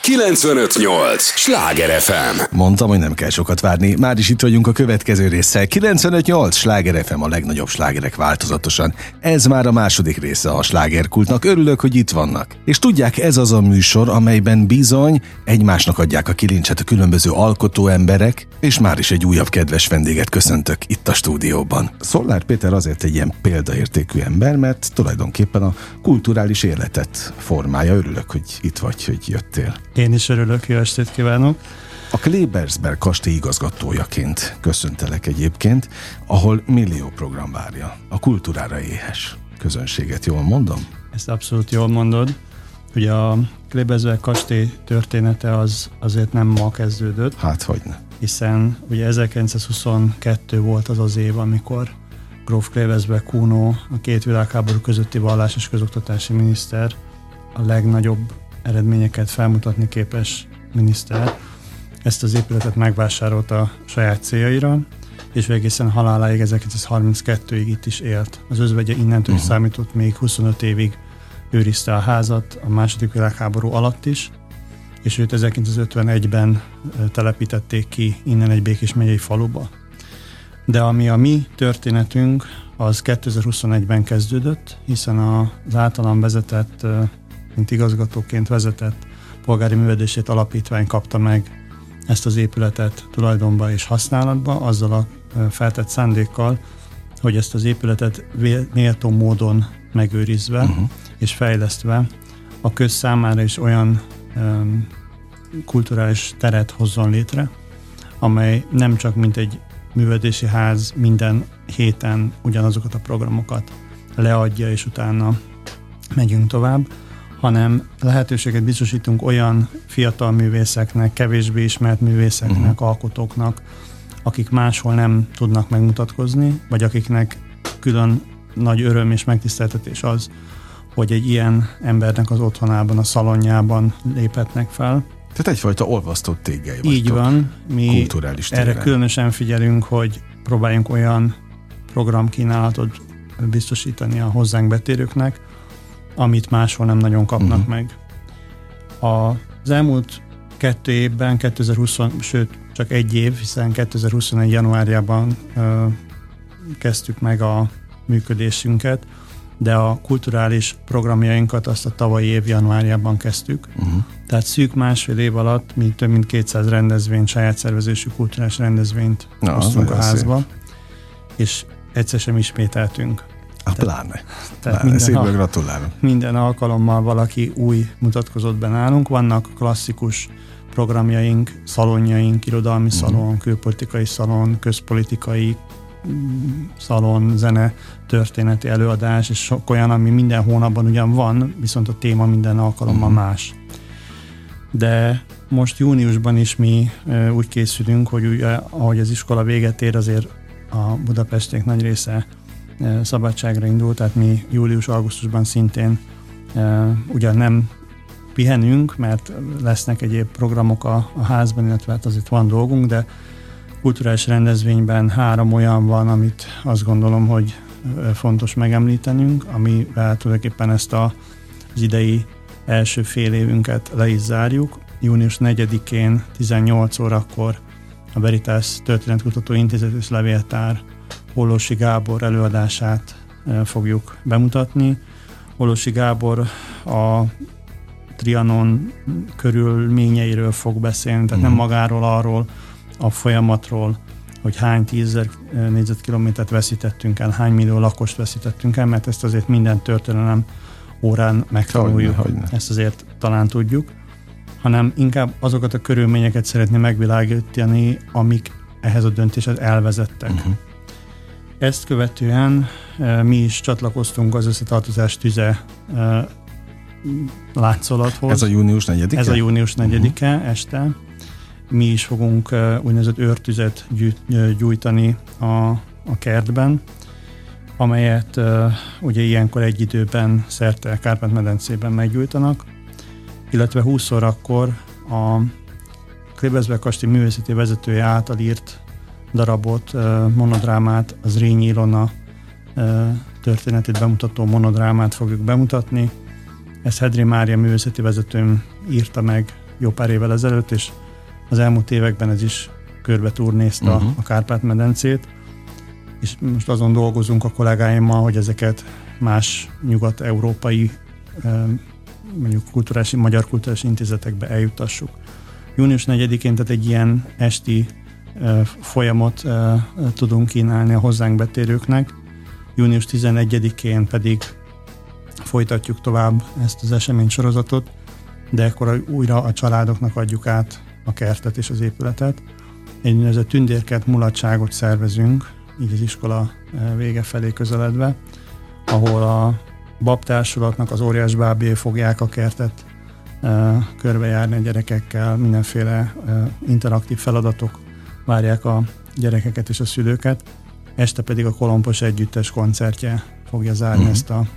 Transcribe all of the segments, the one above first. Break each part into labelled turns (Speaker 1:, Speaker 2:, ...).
Speaker 1: 95.8 Sláger FM.
Speaker 2: Mondtam, hogy nem kell sokat várni. Már is itt vagyunk a következő résszel. 95.8 Sláger FM, a legnagyobb slágerek változatosan. Ez már a második része a slágerkultnak. Örülök, hogy itt vannak. És tudják, ez az a műsor, amelyben bizony egymásnak adják a kilincset a különböző alkotó emberek, és már is egy újabb kedves vendéget köszöntök itt a stúdióban. Szollár Péter azért egy ilyen példaértékű ember, mert tulajdonképpen a kulturális életet formálja. Örülök, hogy itt vagy, hogy jöttél.
Speaker 3: Én is örülök, jó estét kívánok!
Speaker 2: A Klebersberg kastély igazgatójaként köszöntelek egyébként, ahol millió program várja a kultúrára éhes közönséget, jól mondom?
Speaker 3: Ezt abszolút jól mondod. Ugye a Klebersberg kastély története az azért nem ma kezdődött.
Speaker 2: Hát hogyne.
Speaker 3: Hiszen ugye 1922 volt az az év, amikor gróf Klebersberg Kuno, a két világháború közötti vallás és közoktatási miniszter, a legnagyobb eredményeket felmutatni képes miniszter, ezt az épületet megvásárolta a saját céljaira, és egészen haláláig 1932-ig itt is élt. Az özvegye innentől is számított, még 25 évig őrizte a házat a második világháború alatt is, és őt 1951-ben telepítették ki innen egy Békés megyei faluba. De ami a mi történetünk, az 2021-ben kezdődött, hiszen az általam vezetett, mint igazgatóként vezetett polgári művelődését alapítvány kapta meg ezt az épületet tulajdonba és használatba, azzal a feltett szándékkal, hogy ezt az épületet méltó módon megőrizve és fejlesztve a köz számára is olyan kulturális teret hozzon létre, amely nem csak mint egy művelődési ház minden héten ugyanazokat a programokat leadja, és utána megyünk tovább, hanem lehetőséget biztosítunk olyan fiatal művészeknek, kevésbé ismert művészeknek, alkotóknak, akik máshol nem tudnak megmutatkozni, vagy akiknek külön nagy öröm és megtiszteltetés az, hogy egy ilyen embernek az otthonában, a szalonjában léphetnek fel.
Speaker 2: Tehát egyfajta olvasztott tégely vagytok.
Speaker 3: Így van, mi erre különösen figyelünk, hogy próbáljunk olyan programkínálatot biztosítani a hozzánk betérőknek, amit máshol nem nagyon kapnak meg. Az elmúlt 2 évben, 2020, sőt csak 1 év, hiszen 2021. januárjában kezdtük meg a működésünket, de a kulturális programjainkat azt a tavalyi év januárjában kezdtük. Tehát szűk másfél év alatt mi több mint 200 rendezvényt, saját szervezésű kulturális rendezvényt hoztunk a házba, és egyszer sem ismételtünk.
Speaker 2: Pláne.
Speaker 3: Minden,
Speaker 2: gratulálok.
Speaker 3: Minden alkalommal valaki új mutatkozott be nálunk. Vannak klasszikus programjaink, szalonjaink, irodalmi szalon, külpolitikai szalon, közpolitikai szalon, zene, történeti előadás, és sok olyan, ami minden hónapban ugyan van, viszont a téma minden alkalommal más. De most júniusban is mi úgy készülünk, hogy ugye, ahogy az iskola véget ér, azért a budapestiek nagy része szabadságra indult, tehát mi július-augusztusban szintén ugyan nem pihenünk, mert lesznek egyéb programok a házban, illetve hát azért van dolgunk, de kulturális rendezvényben 3 olyan van, amit azt gondolom, hogy fontos megemlítenünk, amivel tulajdonképpen ezt az idei első fél évünket le is zárjuk. Június 4-én 18 órakor a Veritas Történetkutató Intézet és Levéltár Hollósy Gábor előadását fogjuk bemutatni. Hollósy Gábor a Trianon körülményeiről fog beszélni, tehát nem magáról, arról a folyamatról, hogy hány 10.000 négyzetkilométert veszítettünk el, hány millió lakost veszítettünk el, mert ezt azért minden történelem órán megtanuljuk, ezt azért talán tudjuk, hanem inkább azokat a körülményeket szeretné megvilágítani, amik ehhez a döntéshez elvezettek. Ezt követően mi is csatlakoztunk az Összetartozás tüze látszolathoz.
Speaker 2: Ez a június 4-e?
Speaker 3: Ez a június 4-e este. Mi is fogunk úgynevezett őrtüzet gyújtani a kertben, amelyet ugye ilyenkor egy időben szerte Kárpát-medencében meggyújtanak, illetve 20 órakor a Klebersberg kastély művészeti vezetője által írt darabot, monodrámát, az Rényi Ilona történetét bemutató monodrámát fogjuk bemutatni. Ezt Hedri Mária művészeti vezetőm írta meg jó pár évvel ezelőtt, és az elmúlt években ez is körbe turnézta a Kárpát-medencét, és most azon dolgozunk a kollégáimmal, hogy ezeket más nyugat-európai mondjuk magyar kulturális intézetekbe eljutassuk. Június 4-én tehát egy ilyen esti folyamot tudunk kínálni a hozzánk betérőknek, június 11-én pedig folytatjuk tovább ezt az eseménysorozatot, de akkor újra a családoknak adjuk át a kertet és az épületet. Egy tündérkert mulatságot szervezünk, így az iskola vége felé közeledve, ahol a babtársulatnak az óriás bábjai fogják a kertet körbejárni a gyerekekkel, mindenféle interaktív feladatok várják a gyerekeket és a szülőket. Este pedig a Kolompos Együttes koncertje fogja zárni ezt a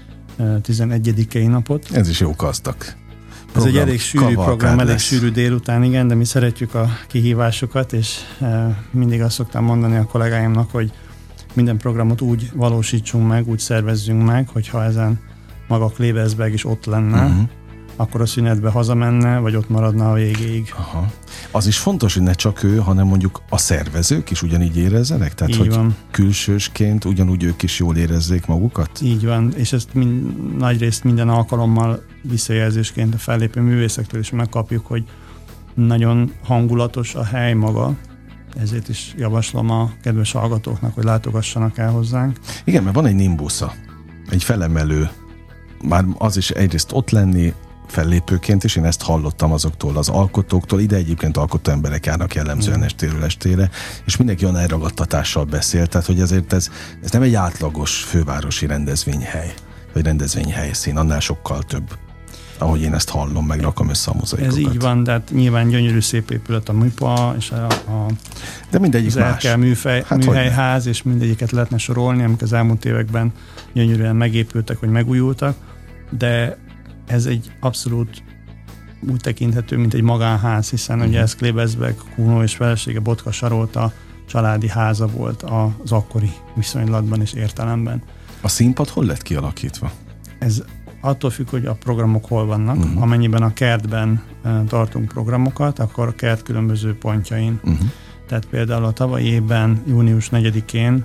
Speaker 3: 11. napot.
Speaker 2: Ez is jó gazdag.
Speaker 3: Ez egy elég sűrű program, elég sűrű délután, igen, de mi szeretjük a kihívásokat, és mindig azt szoktam mondani a kollégáimnak, hogy minden programot úgy valósítsunk meg, úgy szervezzünk meg, hogyha ezen maga Klebersberg is ott lenne, akkor a szünetbe hazamenne, vagy ott maradna a végéig.
Speaker 2: Aha. Az is fontos, hogy ne csak ő, hanem mondjuk a szervezők is ugyanígy érezzenek? Tehát,
Speaker 3: így
Speaker 2: hogy
Speaker 3: van.
Speaker 2: Külsősként ugyanúgy ők is jól érezzék magukat?
Speaker 3: Így van, és ezt nagyrészt minden alkalommal visszajelzésként a fellépő művészektől is megkapjuk, hogy nagyon hangulatos a hely maga, ezért is javaslom a kedves hallgatóknak, hogy látogassanak el hozzánk.
Speaker 2: Igen, mert van egy nimbusza, egy felemelő, már az is egyrészt ott lenni, fellépőként is, én ezt hallottam azoktól az alkotóktól, ide egyébként alkotó emberek járnak jellemzően estéről estére, és mindenki olyan elragadtatással beszél, tehát hogy ezért ez nem egy átlagos fővárosi rendezvényhely, vagy rendezvényhelyszín, annál sokkal több, ahogy én ezt hallom, meg rakom össze a mozaikokat.
Speaker 3: Ez így van, de hát nyilván gyönyörű szép épület a MIPA, és
Speaker 2: de mindegyik más.
Speaker 3: Az műhelyház, és mindegyiket lehetne sorolni, amik az elmúlt években gyönyörűen megépültek, vagy megújultak, de ez egy abszolút úgy tekinthető, mint egy magánház, hiszen ugye ez Klebersberg Kuno és felesége Botka Sarolta családi háza volt az akkori viszonylatban és értelemben.
Speaker 2: A színpad hol lett kialakítva?
Speaker 3: Ez attól függ, hogy a programok hol vannak. Amennyiben a kertben tartunk programokat, akkor a kert különböző pontjain. Tehát például a tavalyi évben, június 4-én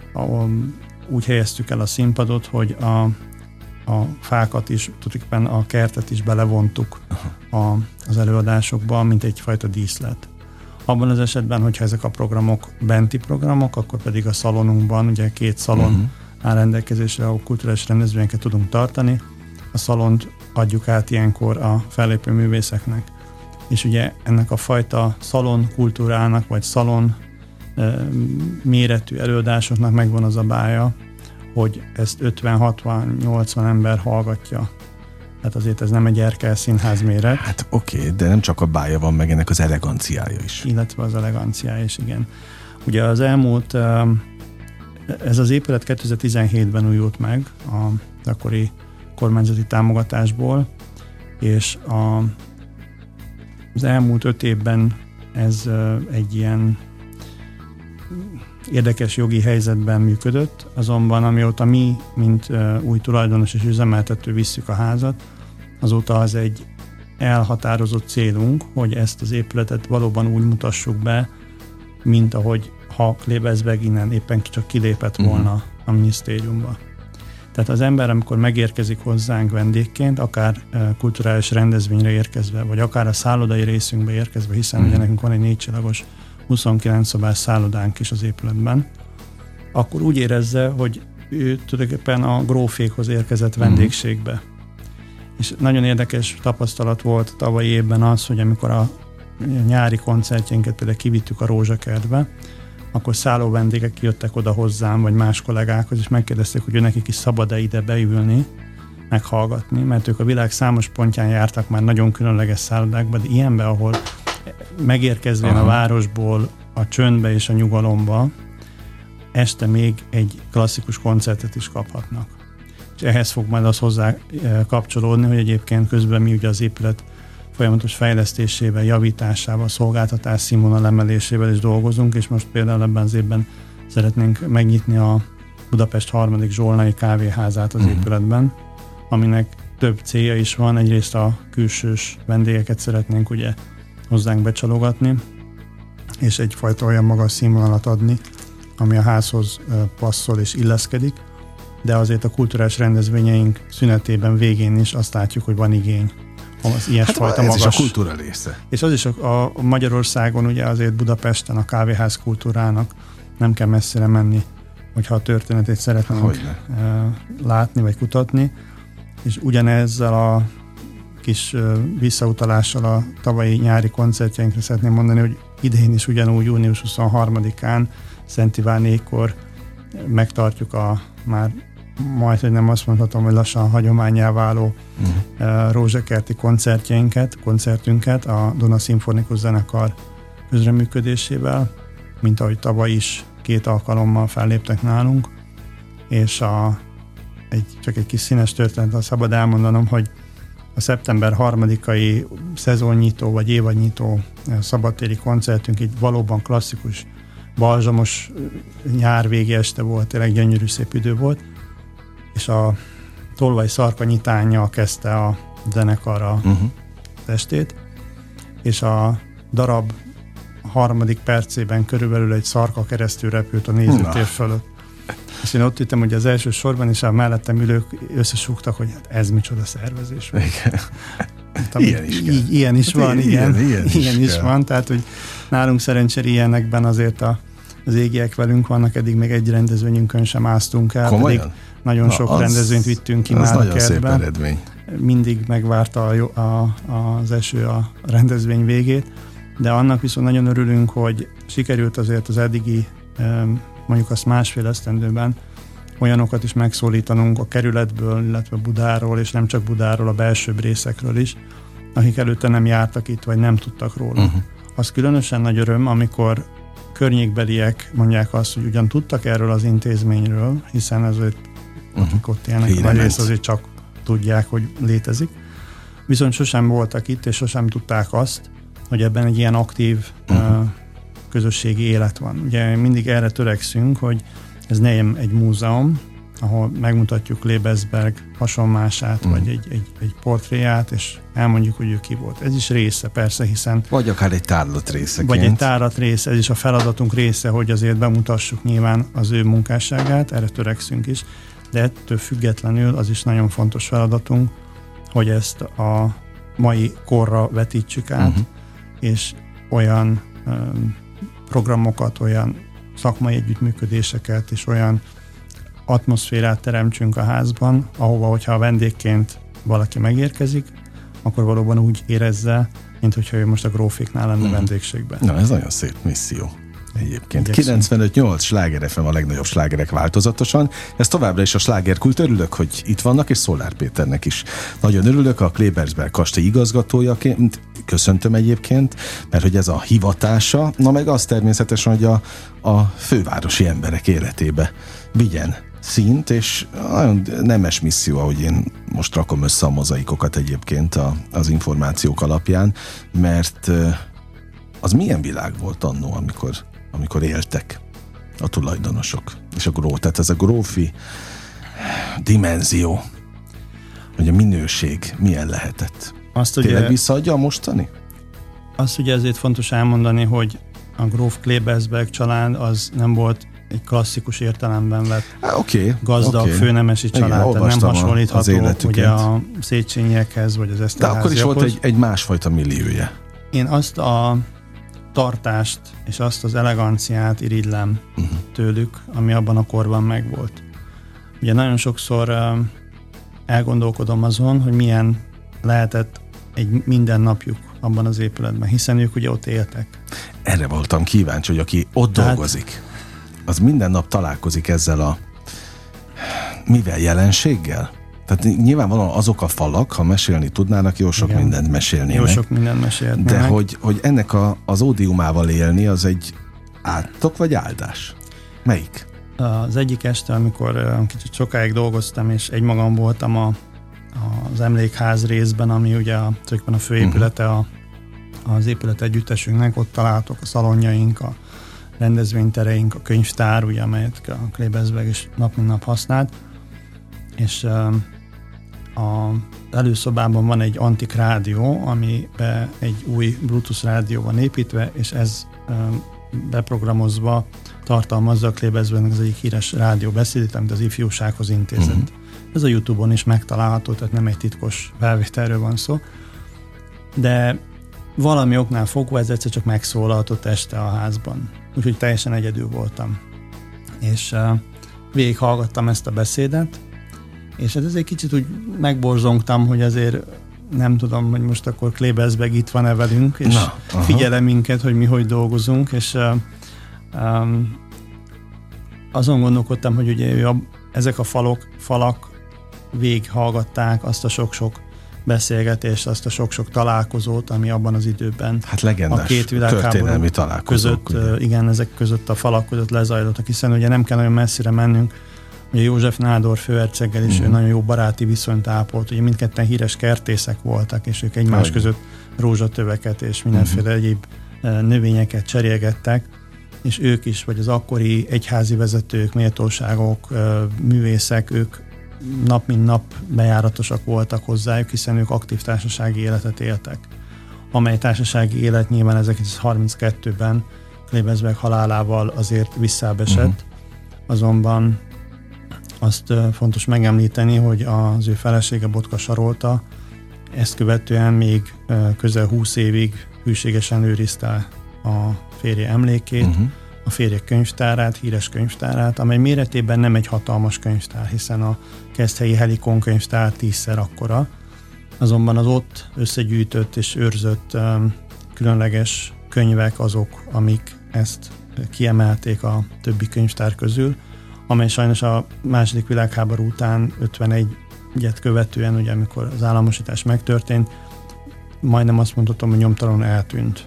Speaker 3: úgy helyeztük el a színpadot, hogy a fákat is, tulajdonképpen a kertet is belevontuk az előadásokba, mint egyfajta díszlet. Abban az esetben, hogyha ezek a programok benti programok, akkor pedig a szalonunkban, ugye 2 szalon áll rendelkezésre, ahol kulturális rendezvényeket tudunk tartani. A szalont adjuk át ilyenkor a fellépő művészeknek. És ugye ennek a fajta szalon kultúrának, vagy szalon méretű előadásoknak megvan az a bája, hogy ezt 50-60-80 ember hallgatja. Tehát azért ez nem egy Erkel színház méret.
Speaker 2: Hát oké, de nem csak a bája van, meg ennek az eleganciája is.
Speaker 3: Illetve az eleganciája is, igen. Ugye az elmúlt, ez az épület 2017-ben újult meg az akkori kormányzati támogatásból, és az elmúlt 5 évben ez egy ilyen érdekes jogi helyzetben működött, azonban amióta mi, mint új tulajdonos és üzemeltető visszük a házat, azóta az egy elhatározott célunk, hogy ezt az épületet valóban úgy mutassuk be, mint ahogy ha Klebersberg innen éppen csak kilépett volna a minisztériumba. Tehát az ember, amikor megérkezik hozzánk vendégként, akár kulturális rendezvényre érkezve, vagy akár a szállodai részünkbe érkezve, hiszen ugye nekünk van egy 4 csillagos 29 szobás szállodánk is az épületben, akkor úgy érezze, hogy ő tulajdonképpen a grófékhoz érkezett vendégségbe. És nagyon érdekes tapasztalat volt tavalyi évben az, hogy amikor a nyári koncertjénket például kivittük a Rózsakertbe, akkor szálló vendégek jöttek oda hozzám, vagy más kollégákhoz, és megkérdezték, hogy nekik is szabad-e ide beülni, meghallgatni, mert ők a világ számos pontján jártak már nagyon különleges szállodákba, de ilyenbe, ahol megérkezvén a városból a csöndbe és a nyugalomba este még egy klasszikus koncertet is kaphatnak. És ehhez fog majd az hozzá kapcsolódni, hogy egyébként közben mi ugye az épület folyamatos fejlesztésével, javításával, szolgáltatás színvonal emelésével is dolgozunk, és most például ebben az évben szeretnénk megnyitni a Budapest 3. Zsolnai kávéházát az épületben, aminek több célja is van. Egyrészt a külsős vendégeket szeretnénk ugye hozzánk becsalogatni, és egyfajta olyan magas színvonalat adni, ami a házhoz passzol és illeszkedik, de azért a kulturális rendezvényeink szünetében, végén is azt látjuk, hogy van igény az ilyesfajta
Speaker 2: ez
Speaker 3: magas.
Speaker 2: is a kultúra része.
Speaker 3: És az is a Magyarországon, ugye azért Budapesten a kávéház kultúrának nem kell messzire menni, hogyha a történetét szeretnénk látni vagy kutatni, és ugyanezzel a kis visszautalással a tavalyi nyári koncertjeinkre szeretném mondani, hogy idén is ugyanúgy június 23-án Szent Ivánékkor megtartjuk a már majd, hogy nem azt mondhatom, hogy lassan hagyománnyá váló rózsakerti koncertünket a Duna Szimfonikus Zenekar közreműködésével, mint ahogy tavaly is 2 alkalommal felléptek nálunk, és csak egy kis színes történet, szabad elmondanom, hogy a szeptember 3-ai szezonnyitó vagy évadnyitó szabadtéri koncertünk egy valóban klasszikus, balzsamos nyárvégi este volt, tényleg gyönyörű szép idő volt, és a Tolvaj Szarka nyitánnyal kezdte a zenekar a estét, és a darab 3. percében körülbelül egy szarka keresztül repült a nézőtér fölött. És én ott ültem ugye az első sorban, és a mellettem ülők összesúgtak, hogy hát ez micsoda szervezés. Ilyen is van, ilyen is van, tehát hogy nálunk szerencsére ilyenekben azért az égiek velünk vannak, eddig még egy rendezvényünkön sem áztunk el.
Speaker 2: Komolyan?
Speaker 3: Nagyon sok rendezvényt vittünk ki már a kertben. Szép
Speaker 2: eredmény.
Speaker 3: Mindig megvárta az eső a rendezvény végét, de annak viszont nagyon örülünk, hogy sikerült azért az eddigi, mondjuk azt másfél esztendőben olyanokat is megszólítanunk a kerületből, illetve Budáról, és nem csak Budáról, a belsőbb részekről is, akik előtte nem jártak itt, vagy nem tudtak róla. Az különösen nagy öröm, amikor környékbeliek mondják azt, hogy ugyan tudtak erről az intézményről, hiszen azért akik ott élnek, nagy rész azért csak tudják, hogy létezik. Viszont sosem voltak itt, és sosem tudták azt, hogy ebben egy ilyen aktív közösségi élet van. Ugye mindig erre törekszünk, hogy ez nem egy múzeum, ahol megmutatjuk Lebesberg hasonlását, vagy egy portréját, és elmondjuk, hogy ő ki volt. Ez is része, persze, hiszen...
Speaker 2: Vagy akár egy tárlat részeként.
Speaker 3: Vagy egy tárlat része, ez is a feladatunk része, hogy azért bemutassuk nyilván az ő munkásságát, erre törekszünk is, de ettől függetlenül az is nagyon fontos feladatunk, hogy ezt a mai korra vetítsük át, és olyan programokat, olyan szakmai együttműködéseket, és olyan atmoszférát teremtsünk a házban, ahova, hogyha a vendégként valaki megérkezik, akkor valóban úgy érezze, mint hogyha ő most a gróféknál lenne vendégségben.
Speaker 2: Na, ez nagyon szép misszió. Egyébként 95.8 Sláger FM a legnagyobb slágerek változatosan. Ez továbbra is a slágerkult. Örülök, hogy itt vannak, és Szolár Péternek is nagyon örülök, a Klebersberg kastély igazgatójaként. Köszöntöm egyébként, mert hogy ez a hivatása, na meg az természetesen, hogy a fővárosi emberek életébe vigyen színt, és nagyon nemes misszió, ahogy én most rakom össze a mozaikokat egyébként az információk alapján, mert az milyen világ volt annó, amikor éltek a tulajdonosok és a tehát ez a grófi dimenzió, hogy a minőség milyen lehetett. Tényleg visszaadja a mostani?
Speaker 3: Azt ugye ezért fontos elmondani, hogy a gróf Klebersberg család az nem volt egy klasszikus értelemben vett gazdag főnemesi család, igen, nem hasonlítható ugye a Széchenyiekhez, vagy az Eszterháziakhoz.
Speaker 2: De akkor is volt egy másfajta milliója.
Speaker 3: Én azt a tartást és azt az eleganciát irigylem tőlük, ami abban a korban megvolt. Ugye nagyon sokszor elgondolkodom azon, hogy milyen lehetett egy mindennapjuk abban az épületben, hiszen ők ugye ott éltek.
Speaker 2: Erre voltam kíváncsi, hogy aki ott dolgozik, az minden nap találkozik ezzel a jelenséggel? Tehát nyilvánvalóan azok a falak, ha mesélni tudnának, jó sok mindent mesélnének.
Speaker 3: Jó sok mindent mesélnének.
Speaker 2: De hogy ennek az ódiumával élni, az egy átok vagy áldás? Melyik?
Speaker 3: Az egyik este, amikor kicsit sokáig dolgoztam, és egymagam voltam az emlékház részben, ami ugye a főépülete az épület együttesünknek, ott találtok a szalonjaink, a rendezvénytereink, a könyvtár, ugye, amelyet a Klebersberg is nap mint nap használt, és az előszobában van egy antik rádió, amiben egy új Bluetooth rádió van építve, és ez beprogramozva tartalmazza a Klebersbergnek az egyik híres rádióbeszédét, amit az ifjúsághoz intézett. Ez a YouTube-on is megtalálható, tehát nem egy titkos felvételről van szó, de valami oknál fogva ez egyszer csak megszólaltott este a házban. Úgyhogy teljesen egyedül voltam. És végighallgattam ezt a beszédet, és ez egy kicsit úgy megborzongtam, hogy azért nem tudom, hogy most akkor Klebersberg itt van-e velünk, és figyele minket, hogy mi hogy dolgozunk, és azon gondolkodtam, hogy ugye ezek a falak végighallgatták azt a sok-sok beszélgetést, azt a sok-sok találkozót, ami abban az időben
Speaker 2: legendás
Speaker 3: a két világháború között, igen, ezek között a falak között lezajlottak, hiszen ugye nem kell nagyon messzire mennünk, ugye József Nádor főherceggel is ő nagyon jó baráti viszonyt ápolt, ugye mindketten híres kertészek voltak, és ők egymás között rózsatöveket és mindenféle egyéb növényeket cserélgettek, és ők is, vagy az akkori egyházi vezetők, méltóságok, művészek, ők nap mint nap bejáratosak voltak hozzájuk, hiszen ők aktív társasági életet éltek. Amely társasági élet nyilván 1932-ben Klebersberg halálával azért visszábesett, azonban azt fontos megemlíteni, hogy az ő felesége Botka Sarolta ezt követően még közel 20 évig hűségesen őrizte a férje emlékét, a férje könyvtárát, híres könyvtárát, amely méretében nem egy hatalmas könyvtár, hiszen a Keszthelyi Helikon könyvtár 10-szer akkora, azonban az ott összegyűjtött és őrzött különleges könyvek azok, amik ezt kiemelték a többi könyvtár közül, amely sajnos a második világháború után 51-et követően, ugye amikor az államosítás megtörtént, majdnem azt mondhatom, hogy nyomtalanul eltűnt.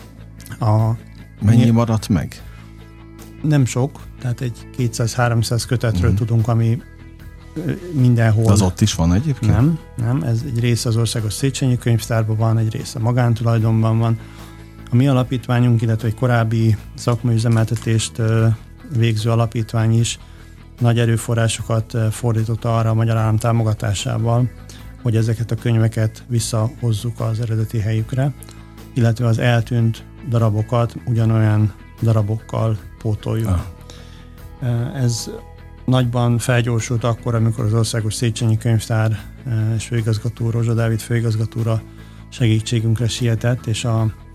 Speaker 2: Mennyi maradt meg?
Speaker 3: Nem sok, tehát egy 200-300 kötetről tudunk, ami mindenhol.
Speaker 2: De az ott is van egyébként?
Speaker 3: Nem, ez egy része az Országos Széchenyi Könyvtárban van, egy része magántulajdonban van. A mi alapítványunk, illetve egy korábbi szakmai üzemeltetést végző alapítvány is nagy erőforrásokat fordított arra a magyar állam támogatásával, hogy ezeket a könyveket visszahozzuk az eredeti helyükre, illetve az eltűnt darabokat ugyanolyan darabokkal pótoljuk. Ez nagyban felgyorsult akkor, amikor az Országos Széchenyi Könyvtár és főigazgató Rózsa Dávid főigazgatóra segítségünkre sietett, és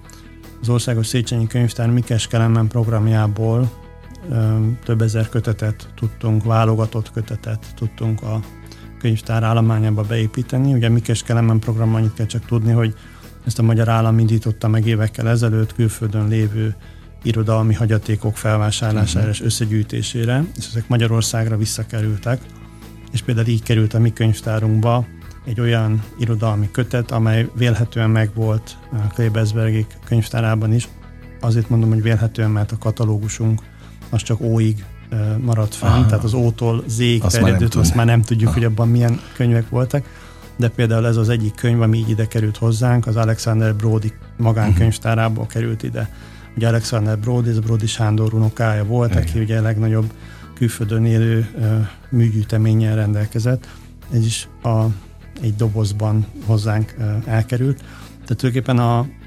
Speaker 3: az Országos Széchenyi Könyvtár Mikes Kelemen programjából több ezer kötetet tudtunk, válogatott kötetet tudtunk a könyvtár állományába beépíteni. Ugye a Mikes Kelemen program, annyit kell csak tudni, hogy ezt a magyar állam indította meg évekkel ezelőtt külföldön lévő irodalmi hagyatékok felvásárlására és összegyűjtésére, és ezek Magyarországra visszakerültek, és például így került a mi könyvtárunkba egy olyan irodalmi kötet, amely vélhetően megvolt a Klebersbergék könyvtárában is. Azért mondom, hogy vélhetően, mert a katalógusunk az csak Óig maradt fenn, tehát az Ótól Z-ig terjedőt, azt már nem tudjuk, hogy abban milyen könyvek voltak, de például ez az egyik könyv, ami így ide került hozzánk, az Alexander Bródy magánkönyvtárából került ide. Ugye Alexander Bródy, ez Bródy Sándor unokája volt, aki ugye a legnagyobb külföldön élő műgyűjteménnyel rendelkezett. Ez is egy dobozban hozzánk elkerült. Tehát tulajdonképpen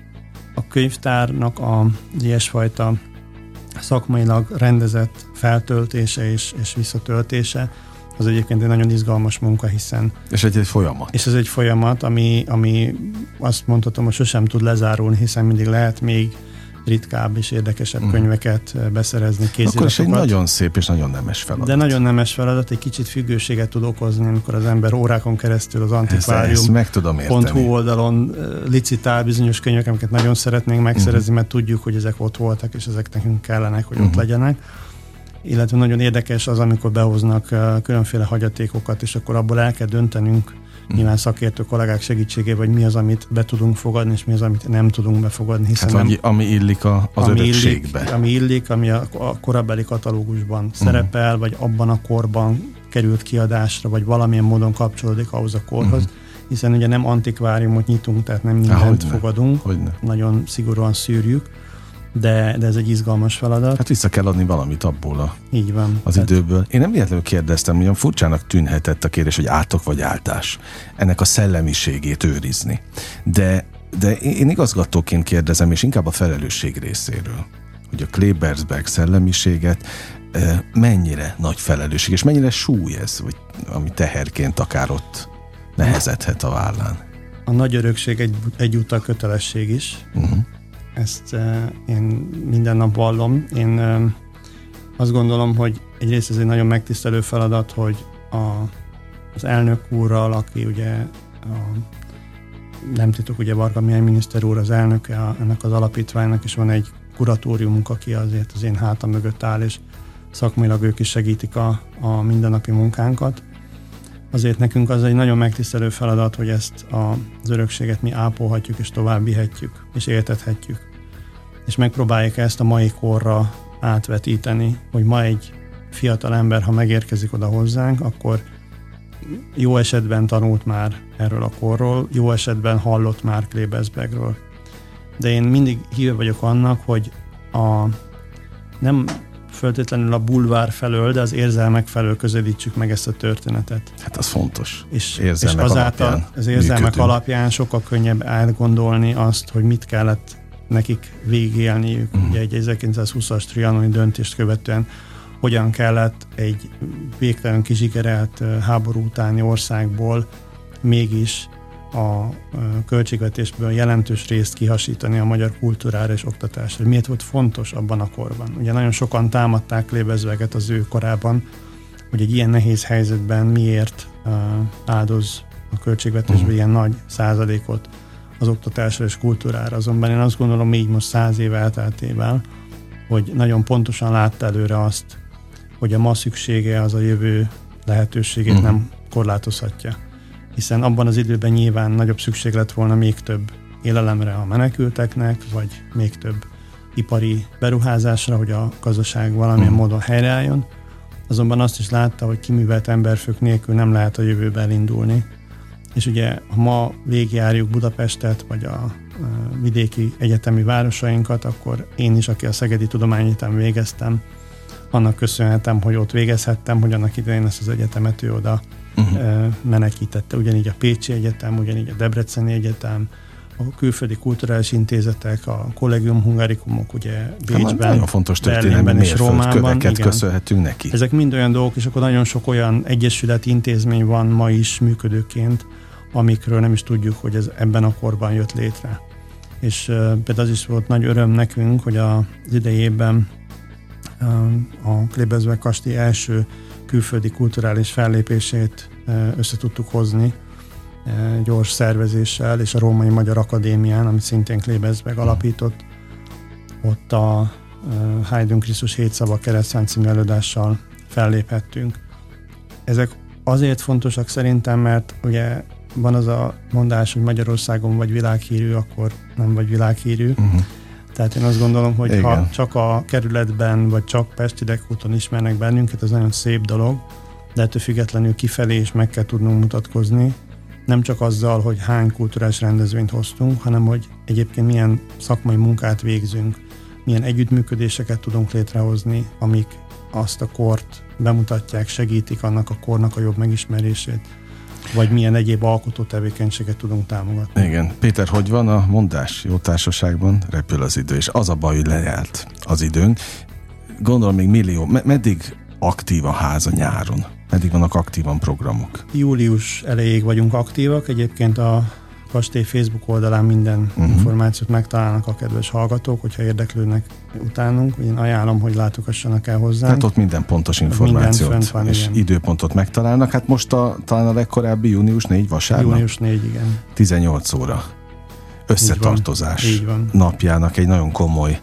Speaker 3: a könyvtárnak az ilyesfajta szakmailag rendezett feltöltése és visszatöltése, az egyébként egy nagyon izgalmas munka, hiszen...
Speaker 2: És egy folyamat.
Speaker 3: És ez egy folyamat, ami azt mondhatom, hogy sosem tud lezárulni, hiszen mindig lehet még ritkább és érdekesebb könyveket beszerezni, kéziratokat.
Speaker 2: Akkor is egy nagyon szép és nagyon nemes feladat.
Speaker 3: De nagyon nemes feladat, egy kicsit függőséget tud okozni, amikor az ember órákon keresztül az antikvárium.hu oldalon licitál bizonyos könyvek, amiket nagyon szeretnénk megszerezni, mert tudjuk, hogy ezek ott voltak, és ezek nekünk kellenek, hogy ott legyenek. Illetve nagyon érdekes az, amikor behoznak különféle hagyatékokat, és akkor abból el kell döntenünk, nyilván szakértő kollégák segítségével, hogy mi az, amit be tudunk fogadni, és mi az, amit nem tudunk befogadni. Hiszen
Speaker 2: hát, ami illik az örökségbe.
Speaker 3: Ami illik, ami a korabeli katalógusban szerepel, vagy abban a korban került kiadásra, vagy valamilyen módon kapcsolódik ahhoz a korhoz, hiszen ugye nem antikváriumot nyitunk, tehát nem mindent fogadunk, nagyon szigorúan szűrjük, de ez egy izgalmas feladat.
Speaker 2: Hát vissza kell adni valamit abból
Speaker 3: így van,
Speaker 2: az időből. Én nem véletlenül kérdeztem, hogy olyan furcsának tűnhetett a kérdés, hogy átok vagy áltás. Ennek a szellemiségét őrizni. De én igazgatóként kérdezem, és inkább a felelősség részéről, hogy a Klebersberg szellemiséget mennyire nagy felelősség, és mennyire súly ez, vagy ami teherként akár ott nehezedhet a vállán.
Speaker 3: A nagy örökség egyúttal kötelesség is. Ezt én minden nap vallom. Én azt gondolom, hogy egyrészt ez egy nagyon megtisztelő feladat, hogy az elnök úrral, aki ugye nem titok, ugye Varga Mihály miniszter úr az elnöke ennek az alapítványnak, és van egy kuratóriumunk, aki azért az én hátam mögött áll, és szakmailag ők is segítik a mindennapi munkánkat. Azért nekünk az egy nagyon megtisztelő feladat, hogy ezt az örökséget mi ápolhatjuk, és tovább vihetjük, és éltethetjük. És megpróbáljuk ezt a mai korra átvetíteni, hogy ma egy fiatal ember, ha megérkezik oda hozzánk, akkor jó esetben tanult már erről a korról, jó esetben hallott már Klebersbergről. De én mindig híve vagyok annak, hogy nem feltétlenül a bulvár felől, de az érzelmek felől közelítsük meg ezt a történetet.
Speaker 2: Hát az fontos.
Speaker 3: És azáltal az érzelmek alapján sokkal könnyebb átgondolni azt, hogy mit kellett nekik végigélniük. Ugye egy 1920-as trianoni döntést követően hogyan kellett egy végtelen kizsigerelt háború utáni országból mégis a költségvetésből jelentős részt kihasítani a magyar kultúrára és oktatásra. Miért volt fontos abban a korban? Ugye nagyon sokan támadták Klebersberget az ő korában, hogy egy ilyen nehéz helyzetben miért áldoz a költségvetésből ilyen nagy százalékot az oktatásra és kultúrára. Azonban én azt gondolom, így most 100 év elteltével, hogy nagyon pontosan látta előre azt, hogy a ma szüksége az a jövő lehetőségét nem korlátozhatja. Hiszen abban az időben nyilván nagyobb szükség lett volna még több élelemre a menekülteknek, vagy még több ipari beruházásra, hogy a gazdaság valamilyen módon helyreálljon. Azonban azt is látta, hogy kiművelt emberfők nélkül nem lehet a jövőbe elindulni. És ugye, ha ma végigjárjuk Budapestet, vagy a vidéki egyetemi városainkat, akkor én is, aki a Szegedi Tudományegyetemen végeztem, annak köszönhetem, hogy ott végezhettem, hogy annak idején ezt az egyetemet ő oda menekítette. Ugyanígy a Pécsi Egyetem, ugyanígy a Debreceni Egyetem, a külföldi kulturális intézetek, a Collegium Hungaricumok, ugye Bécsben,
Speaker 2: nagyon fontos történelmi mérföldköveket köszönhetünk neki. Ezek
Speaker 3: mind olyan dolgok, és akkor nagyon sok olyan egyesület, intézmény van ma is működőként, amikről nem is tudjuk, hogy ez ebben a korban jött létre. És például az is volt nagy öröm nekünk, hogy az idejében a Klebersberg kastély első külföldi kulturális fellépését össze tudtuk hozni gyors szervezéssel, és a Római Magyar Akadémián, amit szintén Klebersberg alapított, ott a Haydn Krisztus 7 szava keresztszám című előadással felléphettünk. Ezek azért fontosak szerintem, mert ugye van az a mondás, hogy Magyarországon vagy világhírű, akkor nem vagy világhírű. Tehát én azt gondolom, hogy igen, ha csak a kerületben, vagy csak Pest-Idegkúton ismernek bennünket, ez nagyon szép dolog, de ettől függetlenül kifelé is meg kell tudnunk mutatkozni, nem csak azzal, hogy hány kulturális rendezvényt hoztunk, hanem hogy egyébként milyen szakmai munkát végzünk, milyen együttműködéseket tudunk létrehozni, amik azt a kort bemutatják, segítik annak a kornak a jobb megismerését, vagy milyen egyéb alkotó tevékenységet tudunk támogatni.
Speaker 2: Igen. Péter, hogy van a mondás? Jó társaságban repül az idő, és az a baj, hogy lejárt az időnk. Gondolom még millió. Meddig aktív a ház a nyáron? Meddig vannak aktívan programok?
Speaker 3: Július elejéig vagyunk aktívak. Egyébként a kastély Facebook oldalán minden információt megtalálnak a kedves hallgatók, hogyha érdeklődnek utánunk. Én ajánlom, hogy látogassanak el hozzánk.
Speaker 2: Tehát ott minden pontos információt van, és igen, időpontot megtalálnak. Hát most talán a legkorábbi június 4 vasárnap?
Speaker 3: Június 4, igen.
Speaker 2: 18 óra. Összetartozás
Speaker 3: így van.
Speaker 2: Napjának egy nagyon komoly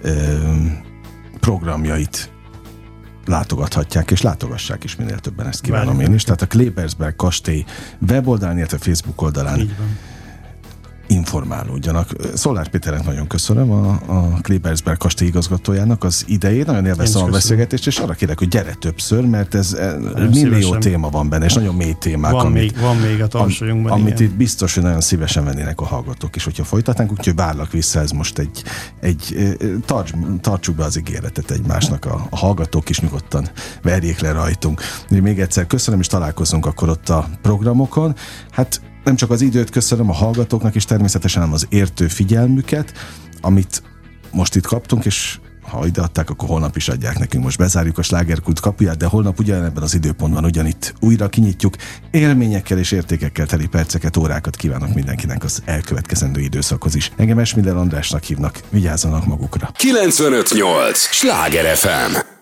Speaker 2: programjait látogathatják, és látogassák is minél többen, ezt kívánom én is. Tehát a Klebersberg kastély weboldalán, illetve Facebook oldalán informálódjanak. Szolár Péternek nagyon köszönöm, a Klebersberg kastély igazgatójának az idejét, nagyon élveztem a beszélgetést, és arra kérek, hogy gyere többször, mert ez millió téma van benne, és nagyon mély témák,
Speaker 3: van még a tarsolyunkban.
Speaker 2: Amit itt biztos, hogy nagyon szívesen vennének a hallgatók is, hogyha folytatnánk, úgyhogy várlak vissza, ez most tartsuk be az ígéretet egymásnak, a hallgatók is nyugodtan verjék le rajtunk. Még egyszer köszönöm, és találkozunk akkor ott a programokon. Hát nem csak az időt köszönöm a hallgatóknak, és természetesen nem az értő figyelmüket, amit most itt kaptunk, és ha ideadták, akkor holnap is adják nekünk. Most bezárjuk a Slágerkult kapuját, de holnap ugyanebben az időpontban ugyanitt újra kinyitjuk. Élményekkel és értékekkel teli perceket, órákat kívánok mindenkinek az elkövetkezendő időszakhoz is. Engem Esmiller Andrásnak hívnak, vigyázzanak magukra.
Speaker 1: 95.8 Sláger FM